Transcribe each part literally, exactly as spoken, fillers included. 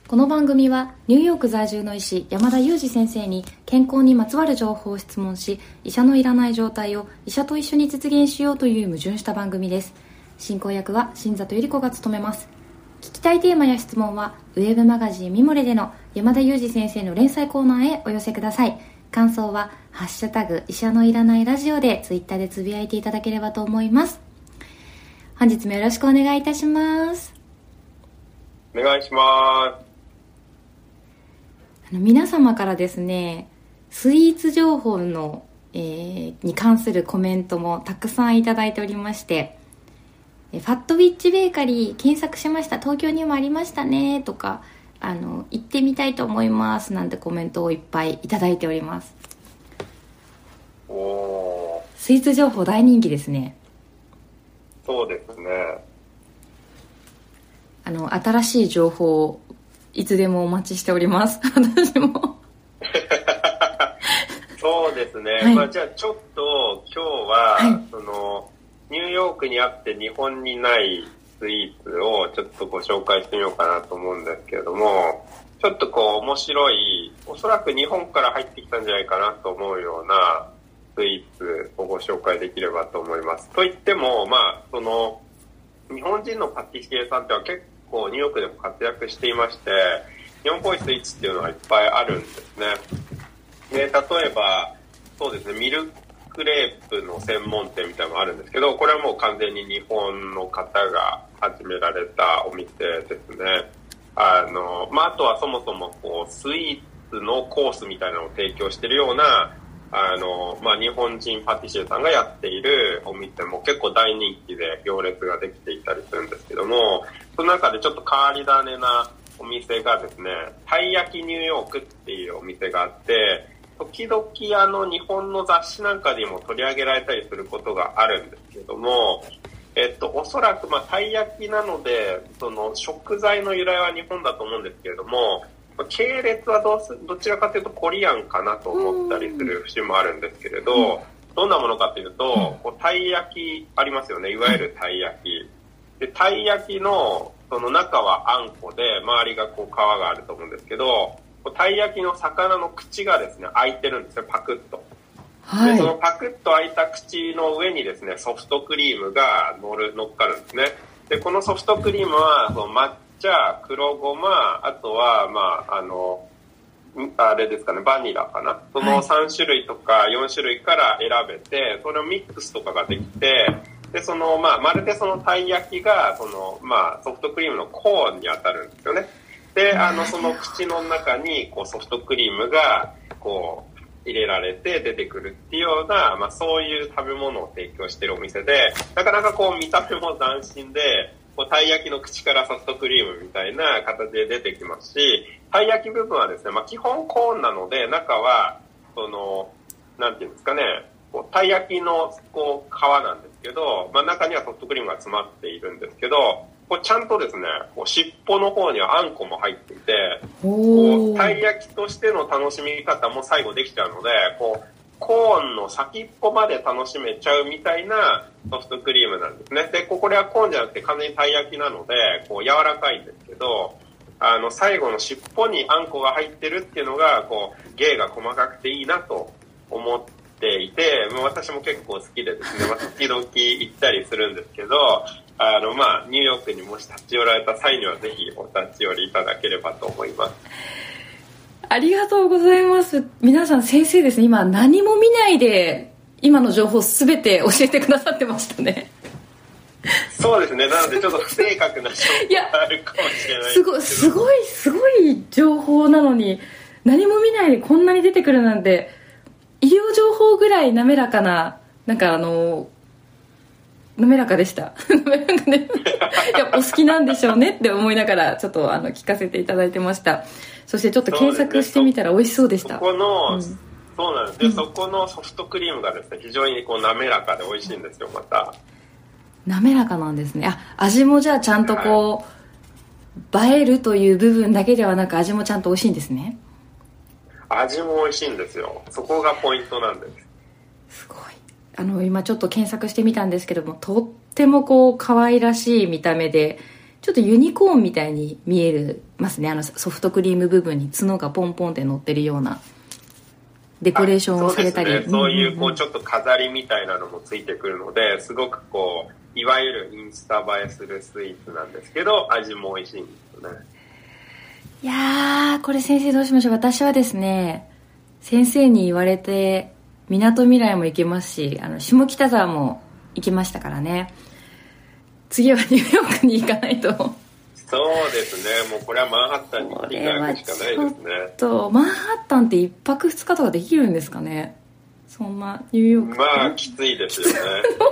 この番組はニューヨーク在住の医師山田裕二先生に健康にまつわる情報を質問し、医者のいらない状態を医者と一緒に実現しようという矛盾した番組です。進行役は新里百合子が務めます。聞きたいテーマや質問はウェブマガジンミモレでの山田裕二先生の連載コーナーへお寄せください。感想はハッシュタグ医者のいらないラジオでツイッターでつぶやいていただければと思います。本日もよろしくお願いいたします。 お願いします。 あの皆様からですね、スイーツ情報の、えー、に関するコメントもたくさんいただいておりまして、ファットウィッチベーカリー検索しました、東京にもありましたねとか、あの行ってみたいと思いますなんてコメントをいっぱいいただいております。 おー、 スイーツ情報大人気ですね。 そうですね。 あの新しい情報をいつでもお待ちしております私もそうですね、 はい、 まあ、じゃあちょっと今日は、 はい、 そのニューヨークにあって日本にないスイーツをちょっとご紹介してみようかなと思うんですけれども、ちょっとこう面白い、おそらく日本から入ってきたんじゃないかなと思うようなスイーツをご紹介できればと思います。といっても、まあその日本人のパティシエさんっては結構ニューヨークでも活躍していまして、日本っぽいスイーツっていうのがいっぱいあるんですね。で、例えばそうですね、ミルクレープの専門店みたいなのがあるんですけど、これはもう完全に日本の方が始められたお店ですね。あの、まあ、あとはそもそもこうスイーツのコースみたいなのを提供しているような、あの、まあ、日本人パティシエさんがやっているお店も結構大人気で行列ができていたりするんですけども、その中でちょっと変わり種なお店がですね、たい焼きニューヨークっていうお店があって、時々あの日本の雑誌なんかにも取り上げられたりすることがあるんですけども、えっと、おそらくまあたい焼きなので、その食材の由来は日本だと思うんですけれども、系列はどうすどちらかというとコリアンかなと思ったりする節もあるんですけれど、うん、どんなものかというと、こうたい焼きありますよね、いわゆるたい焼きで、たい焼きのその中はあんこで周りがこう皮があると思うんですけど、たい焼きの魚の口がですね開いてるんですよ、パクッと。 はい、 でそのパクッと開いた口の上にですねソフトクリームが乗る乗っかるんですね。でこのソフトクリームはその抹茶、黒ごま、あとはまああのあれですかね、バニラかな、そのさん種類とかよん種類から選べて、それをミックスとかができて、でそのまあまるでそのたい焼きがそのまあソフトクリームのコーンに当たるんですよね。であのその口の中にこうソフトクリームがこう入れられて出てくるっていうような、まあ、そういう食べ物を提供しているお店で、なかなかこう見た目も斬新で、こうたい焼きの口からソフトクリームみたいな形で出てきますし、たい焼き部分はですね、まあ、基本コーンなので中はそのなんていうんですかね、こうたい焼きのこう皮なんですけど、まあ、中にはソフトクリームが詰まっているんですけど、こうちゃんとですね、こう尻尾の方にはあんこも入っていて、こうたい焼きとしての楽しみ方も最後できちゃうので、こうコーンの先っぽまで楽しめちゃうみたいなソフトクリームなんですね。でこれはコーンじゃなくて完全にたい焼きなのでこう柔らかいんですけど、あの最後の尻尾にあんこが入ってるっていうのがこう芸が細かくていいなと思っていて、私も結構好きでですね、まあ、時々行ったりするんですけど、あのまあニューヨークにもし立ち寄られた際にはぜひお立ち寄りいただければと思います。 ありがとうございます。皆さん先生ですね、今何も見ないで今の情報すべて教えてくださってましたね。 そうですね、なのでちょっと不正確な情報があるかもしれないですけど、 すごいすごい情報なのに何も見ないでこんなに出てくるなんて、医療情報ぐらい滑らかな、なんかあの滑らかでした滑らかでいやお好きなんでしょうねって思いながらちょっとあの聞かせていただいてました。そしてちょっと検索してみたら美味しそうでした。 そこの、うん、そうなんですで、 うん、 そこのソフトクリームがですね非常にこう滑らかで美味しいんですよ。また滑らかなんですね。あ、味もじゃあちゃんとこう、はい、映えるという部分だけではなく味もちゃんと美味しいんですね。 味も美味しいんですよ。そこがポイントなんです。 すごい。あの今ちょっと検索してみたんですけども、とってもこう可愛らしい見た目で、 ちょっとユニコーンみたいに見えるますね。あのソフトクリーム部分に角がポンポンって乗ってるようなデコレーションをされたり、 そうですね、そういうこうちょっと飾りみたいなのもついてくるので、すごくこういわゆるインスタ映えするスイーツなんですけど、味も美味しいんですよね。 いやー、これ先生どうしましょう。私はですね、先生に言われてみなとみらいも行けますし、あの下北沢も行きましたからね。次はニューヨークに行かないと。 そうですね、もうこれはマンハッタンに行っていただくしかないですね。 とマンハッタンっていっぱくふつかとかできるんですかね。そんなニューヨーク、 まあきついですよね。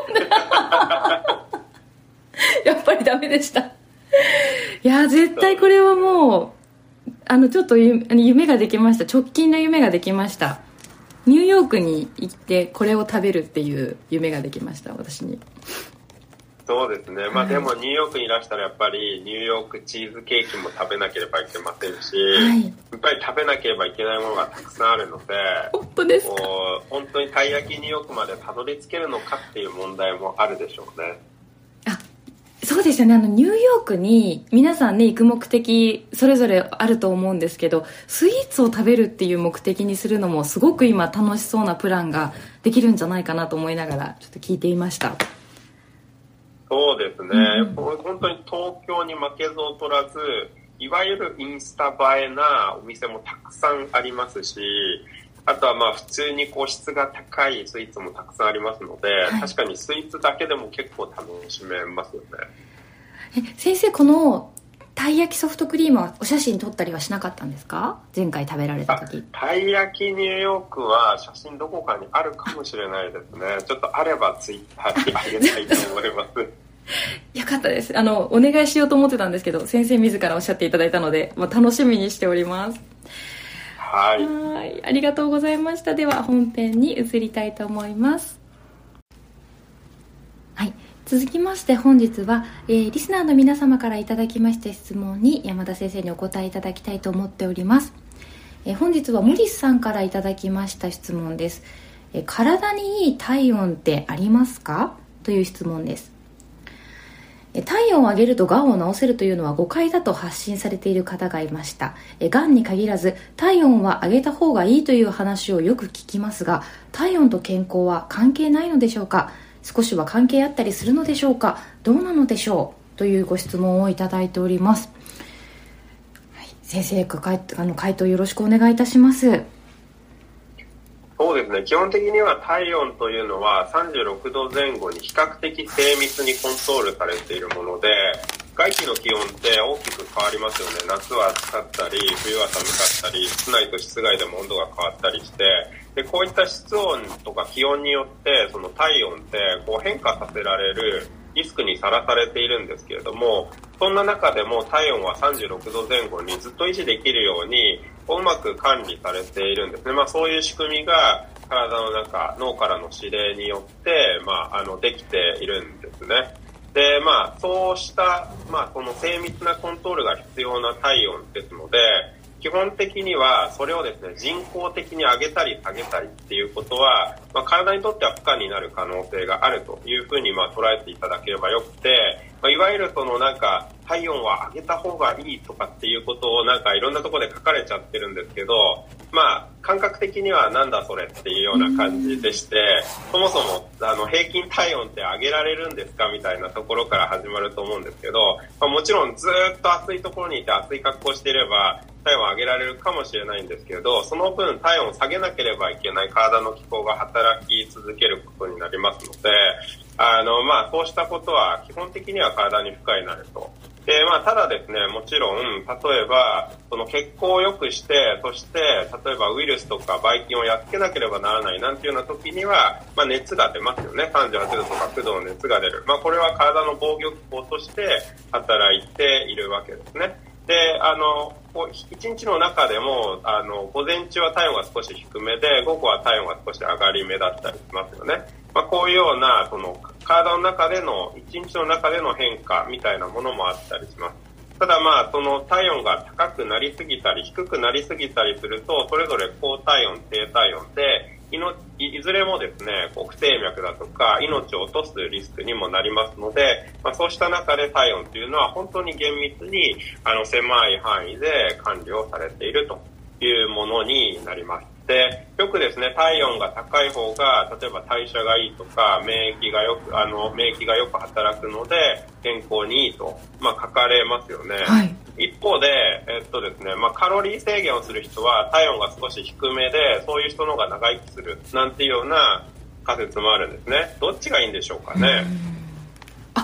やっぱりダメでした。いや絶対これはもうあのちょっと夢ができました。直近の夢ができました。ニューヨークに行ってこれを食べるっていう夢ができました、私に。 そうですね、まあ、でもニューヨークにいらしたらやっぱりニューヨークチーズケーキも食べなければいけませんし、はい、やっぱり食べなければいけないものがたくさんあるので、 本当ですか？ こう本当にたい焼きニューヨークまでたどり着けるのかっていう問題もあるでしょうね。 あ、そうですよね。あのニューヨークに皆さんね行く目的それぞれあると思うんですけど、スイーツを食べるっていう目的にするのもすごく今楽しそうなプランができるんじゃないかなと思いながらちょっと聞いていました。 そうですね、うん、本当に東京に負けず劣らず、いわゆるインスタ映えなお店もたくさんありますし、あとはまあ普通にこう質が高いスイーツもたくさんありますので、はい、確かにスイーツだけでも結構楽しめますよね。 え、先生、このたい焼きソフトクリームはお写真撮ったりはしなかったんですか？前回食べられた時。 たい焼きニューヨークは写真どこかにあるかもしれないですね。ちょっとあればツイッターにあげたいと思いますよかったです。あのお願いしようと思ってたんですけど、先生自らおっしゃっていただいたので、まあ、楽しみにしております。 はい、 はい、ありがとうございました。では本編に移りたいと思います。はい、続きまして本日は、えー、リスナーの皆様からいただきました質問に山田先生にお答えいただきたいと思っております。えー、本日はモリスさんからいただきました質問です。えー、体にいい体温ってありますか？という質問です。体温を上げるとがんを治せるというのは誤解だと発信されている方がいました。がんに限らず体温は上げた方がいいという話をよく聞きますが、体温と健康は関係ないのでしょうか？少しは関係あったりするのでしょうか？どうなのでしょう？というご質問をいただいております。はい、先生、あの回答よろしくお願いいたします。 そうですね、基本的には体温というのはさんじゅうろくどぜん後に比較的精密にコントロールされているもので、外気の気温って大きく変わりますよね。夏は暑かったり冬は寒かったり、室内と室外でも温度が変わったりして、でこういった室温とか気温によってその体温ってこう変化させられるリスクにさらされているんですけれども、そんな中でも体温はさんじゅうろくどぜん後にずっと維持できるようにうまく管理されているんですね。まあそういう仕組みが体の中、脳からの指令によって、まああのできているんですね。で、まあそうした、まあこの精密なコントロールが必要な体温ですので、基本的にはそれをですね、人工的に上げたり下げたりっていうことは、まあ、体にとっては不可になる可能性があるというふうにまあ捉えていただければよくて、まあ、いわゆるそのなんか体温は上げた方がいいとかっていうことをなんかいろんなところで書かれちゃってるんですけど、まあ感覚的にはなんだそれっていうような感じでして、そもそもあの平均体温って上げられるんですかみたいなところから始まると思うんですけど、まあ、もちろんずっと暑いところにいて暑い格好していれば体温を上げられるかもしれないんですけど、その分体温を下げなければいけない体の機構が働き続けることになりますので、あのまあそうしたことは基本的には体に不快になると。でまあ、ただですね、もちろん例えばその血行を良くして、そして例えばウイルスとかばい菌をやっつけなければならないなんていうような時には、まあ、熱が出ますよね。さんじゅうはちどとかきゅうどの熱が出る、まあ、これは体の防御機構として働いているわけですね。であの一日の中でもあの午前中は体温が少し低めで、午後は体温が少し上がり目だったりしますよね。まあ、こういうようなその体の中での一日の中での変化みたいなものもあったりします。ただまあその体温が高くなりすぎたり低くなりすぎたりすると、それぞれ高体温低体温でい, のいずれもですね、こう不整脈だとか命を落とすリスクにもなりますので、まあ、そうした中で体温というのは本当に厳密にあの狭い範囲で管理をされているというものになります。で、よくですね、体温が高い方が例えば代謝がいいとか免疫がよくあの免疫がよく働くので健康にいいと、まあ、書かれますよね。 はい、 一方で、えっとですね、まあ、カロリー制限をする人は体温が少し低めでそういう人の方が長生きするなんていうような仮説もあるんですね。どっちがいいんでしょうかね。 あ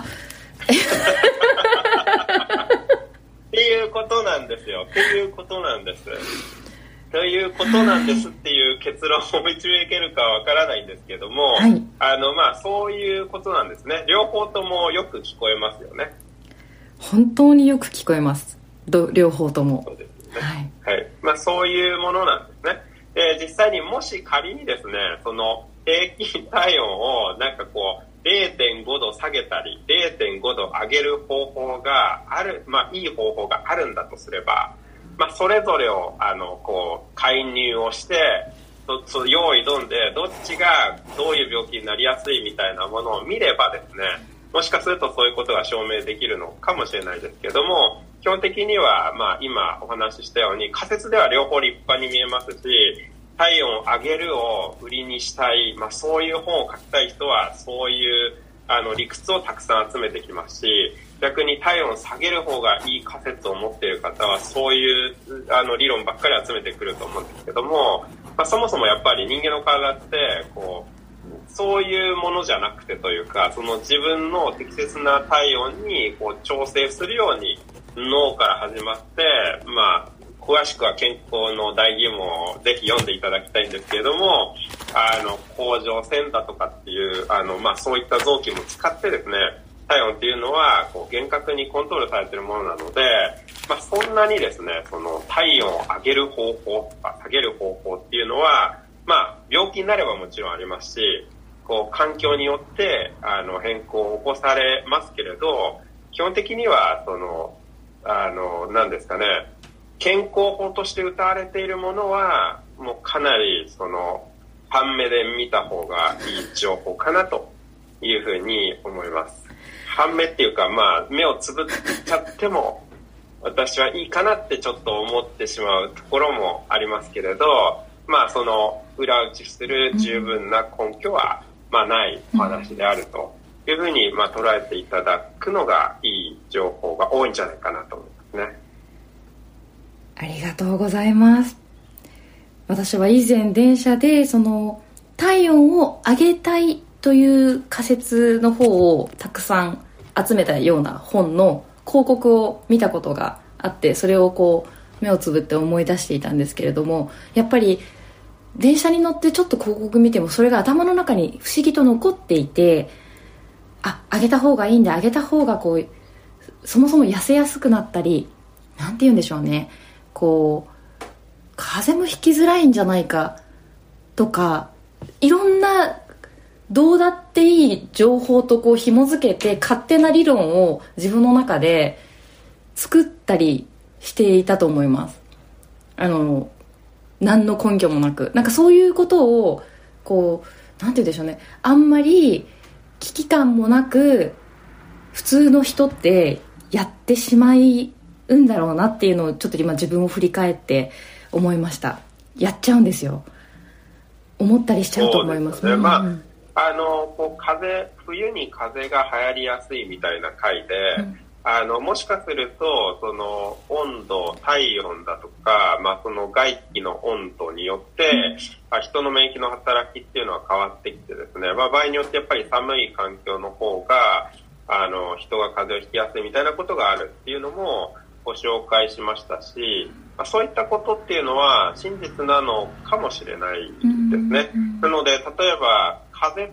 っていうことなんですよ。っていうことなんです。ということなんですっていう結論を導けるかはわからないんですけども、はい、あのまあそういうことなんですね。両方ともよく聞こえますよね。 本当によく聞こえます。ど両方とも。 そうですね。はい。はい。まあそういうものなんですね。で、実際にもし仮にですね、その平均体温をなんかこう れいてんご 度下げたり れいてんご 度上げる方法がある、まあいい方法があるんだとすれば、まあ、それぞれをあのこう介入をしてそ用意どんでどっちがどういう病気になりやすいみたいなものを見ればですね、もしかするとそういうことが証明できるのかもしれないですけども、基本的にはまあ今お話ししたように仮説では両方立派に見えますし、体温を上げるを売りにしたい、まあ、そういう本を書きたい人はそういうあの理屈をたくさん集めてきますし、逆に体温を下げる方がいい仮説を持っている方はそういうあの理論ばっかり集めてくると思うんですけども、まあ、そもそもやっぱり人間の体ってこうそういうものじゃなくてというか、その自分の適切な体温にこう調整するように脳から始まって、まあ詳しくは健康の大義門をぜひ読んでいただきたいんですけれども、あの甲状腺だとかっていうあの、まあ、そういった臓器も使ってですね、体温っていうのはこう厳格にコントロールされているものなので、まあ、そんなにですね、その体温を上げる方法とか下げる方法っていうのは、まあ、病気になればもちろんありますし、こう環境によってあの変更を起こされますけれど、基本的にはそのあの何ですかね、健康法として謳われているものはもうかなりその半目で見た方がいい情報かなというふうに思います。半目っていうか、まあ目をつぶっちゃっても私はいいかなってちょっと思ってしまうところもありますけれど、まあその裏打ちする十分な根拠はまあないお話であるというふうにまあ捉えていただくのがいい情報が多いんじゃないかなと思いますね。 ありがとうございます。私は以前電車でその体温を上げたいという仮説の方をたくさん集めたような本の広告を見たことがあって、それをこう目をつぶって思い出していたんですけれども、やっぱり電車に乗ってちょっと広告見てもそれが頭の中に不思議と残っていて、あ、上げた方がいいんだ、上げた方がこうそもそも痩せやすくなったり、なんて言うんでしょうね、こう風邪もひきづらいんじゃないかとか、いろんなどうだっていい情報とこう紐づけて勝手な理論を自分の中で作ったりしていたと思います。あの何の根拠もなく、なんかそういうことをこうなんて言うんでしょうね、あんまり危機感もなく普通の人ってやってしまうんだろうなっていうのをちょっと今自分を振り返って思いました。やっちゃうんですよ。思ったりしちゃうと思います。 そうですね。まあ、あのこう風冬に風邪が流行りやすいみたいな回で、うん、あのもしかするとその温度、体温だとか、まあ、その外気の温度によって、うん、人の免疫の働きっていうのは変わってきてですね、まあ、場合によってやっぱり寒い環境の方があの人が風邪をひきやすいみたいなことがあるっていうのもご紹介しましたし、まあ、そういったことっていうのは真実なのかもしれないですね。なので例えば風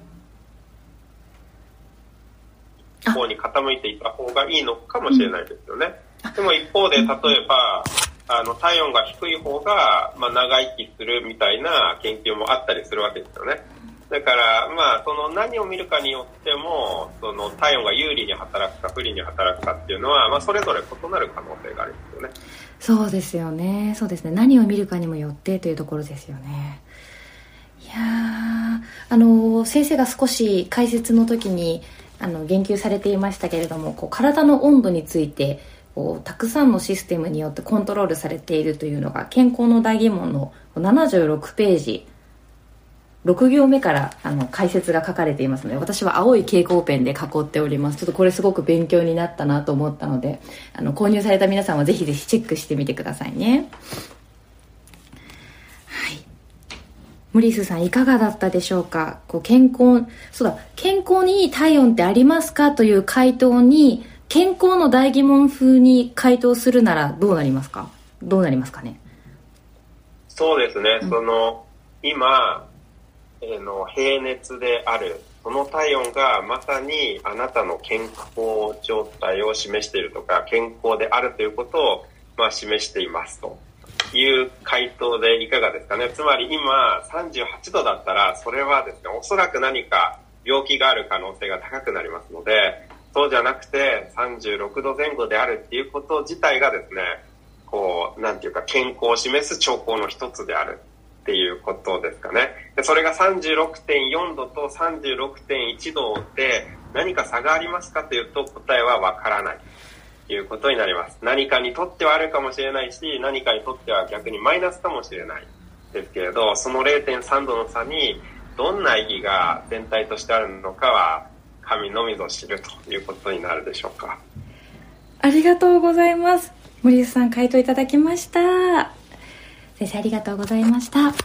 邪方に傾いていた方がいいのかもしれないですよね。でも一方で例えばあの体温が低い方が、まあ、長生きするみたいな研究もあったりするわけですよね。だからまあその何を見るかによってもその体温が有利に働くか不利に働くかっていうのは、まあ、それぞれ異なる可能性がありますよね。 そうですよね。そうですね。何を見るかにもよってというところですよね。いやあの先生が少し解説の時にあの言及されていましたけれども、こう体の温度についてこうたくさんのシステムによってコントロールされているというのが健康の大疑問のななじゅうろくページろく行目からあの解説が書かれていますので、私は青い蛍光ペンで囲っております。ちょっとこれすごく勉強になったなと思ったので、あの購入された皆さんはぜひぜひチェックしてみてくださいね。はい、モリスさんいかがだったでしょうか。こう健康そうだ健康にいい体温ってありますかという回答に健康の大疑問風に回答するならどうなりますかどうなりますかね。 そうですね、 うん、 その今えー、の平熱であるその体温がまさにあなたの健康状態を示しているとか健康であるということを、まあ、示していますという回答でいかがですかね。つまり今さんじゅうはちどだったらそれはですね、おそらく何か病気がある可能性が高くなりますので、そうじゃなくてさんじゅうろくどぜん後であるっていうこと自体がですね、こうなんていうか健康を示す兆候の一つであるっていうことですかね。でそれが さんじゅうろくてんよんどと さんじゅうろくてんいちどで何か差がありますかというと、答えはわからないということになります。何かにとってはあるかもしれないし、何かにとっては逆にマイナスかもしれないですけれど、その れいてんさんどの差にどんな意義が全体としてあるのかは神のみぞ知るということになるでしょうか。 ありがとうございます。森内さん回答いただきました。先生ありがとうございました。いや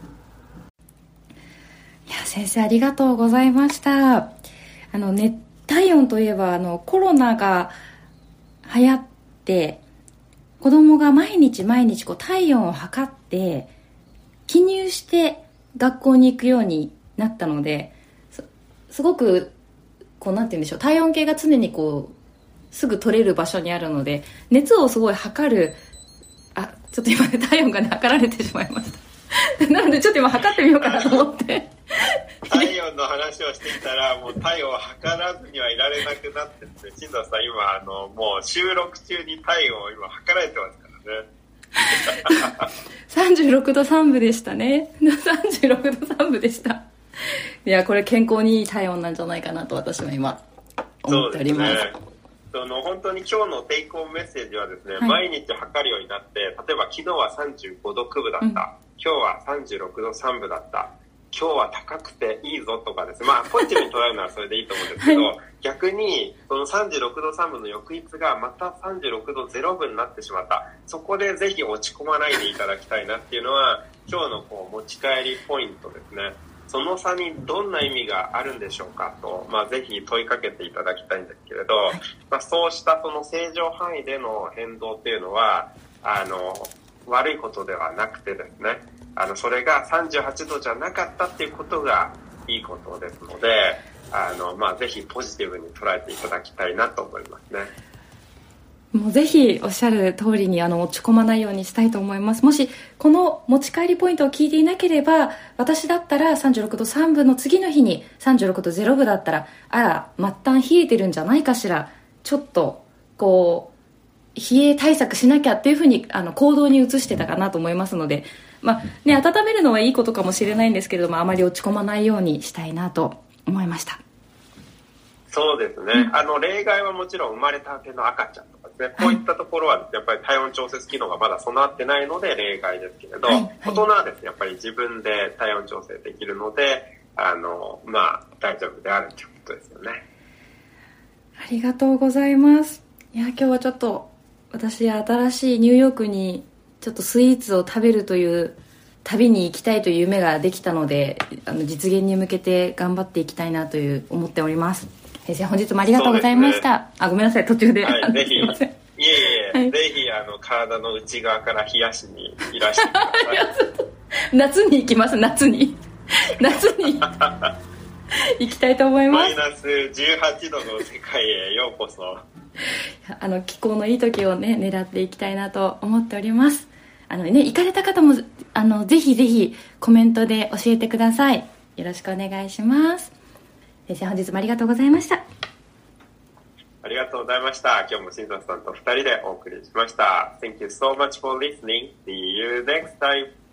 先生ありがとうございました。あの熱体温といえばあのコロナが流行って子供が毎日毎日こう体温を測って記入して学校に行くようになったので、 す, すごくこうなんて言うんでしょう、体温計が常にこうすぐ取れる場所にあるので、熱をすごい測るあちょっと今ね体温がね測られてしまいましたなのでちょっと今測ってみようかなと思って体温の話をしていたらもう体温を測らずにはいられなくなってですね、新藤さん今あのもう収録中に体温を今測られてますからねさんじゅうろくどさんぶでしたねさんじゅうろくどさんぶでした。いやこれ健康にいい体温なんじゃないかなと私は今思っております。 そうですね、その本当に今日のテイクホームメッセージはですね、はい、毎日測るようになって、例えば昨日はさんじゅうごどくぶだった、うん、今日はさんじゅうろくどさんぶだった、今日は高くていいぞとかですね、まあポジティブに捉えるならそれでいいと思うんですけど、はい、逆にそのさんじゅうろくどさんぶの翌日がまたさんじゅうろくどぜろぶになってしまった、そこでぜひ落ち込まないでいただきたいなっていうのは今日のこう持ち帰りポイントですね。その差にどんな意味があるんでしょうかと、まあ、ぜひ問いかけていただきたいんですけれど、まあ、そうしたその正常範囲での変動っていうのはあの悪いことではなくてですね、あのそれがさんじゅうはちどじゃなかったっていうことがいいことですので、あの、まあ、ぜひポジティブに捉えていただきたいなと思いますね。 もうぜひおっしゃる通りにあの落ち込まないようにしたいと思います。もしこの持ち帰りポイントを聞いていなければ、私だったらさんじゅうろくどさんぶの次の日にさんじゅうろくどぜろぶだったら、あら末端冷えてるんじゃないかしら、ちょっとこう冷え対策しなきゃっていうふうにあの行動に移してたかなと思いますので、まあね、温めるのはいいことかもしれないんですけれども、あまり落ち込まないようにしたいなと思いました。 そうですね、うん、あの例外はもちろん生まれたての赤ちゃんとかですね、こういったところはやっぱり体温調節機能がまだ備わってないので例外ですけれど、はいはい、大人はですねやっぱり自分で体温調整できるので、あのまあ大丈夫であるということですよね。 ありがとうございます。いや今日はちょっと私新しいニューヨークにちょっとスイーツを食べるという旅に行きたいという夢ができたので、あの実現に向けて頑張っていきたいなという思っております。先生本日もありがとうございました、ね、あごめんなさい途中で、 はい、ぜひいえいえ、 はい、 ぜひあの体の内側から冷やしにいらしてください夏に行きます夏に夏に行きたいと思います。 マイナスじゅうはちどの世界へようこそ。 あの気候のいい時をね狙っていきたいなと思っております。あのね行かれた方もあのぜひぜひコメントで教えてください。よろしくお願いします。先生本日もありがとうございました。 ありがとうございました。今日も新里さんとふたりでお送りしました。 Thank you so much for listening. See you next time.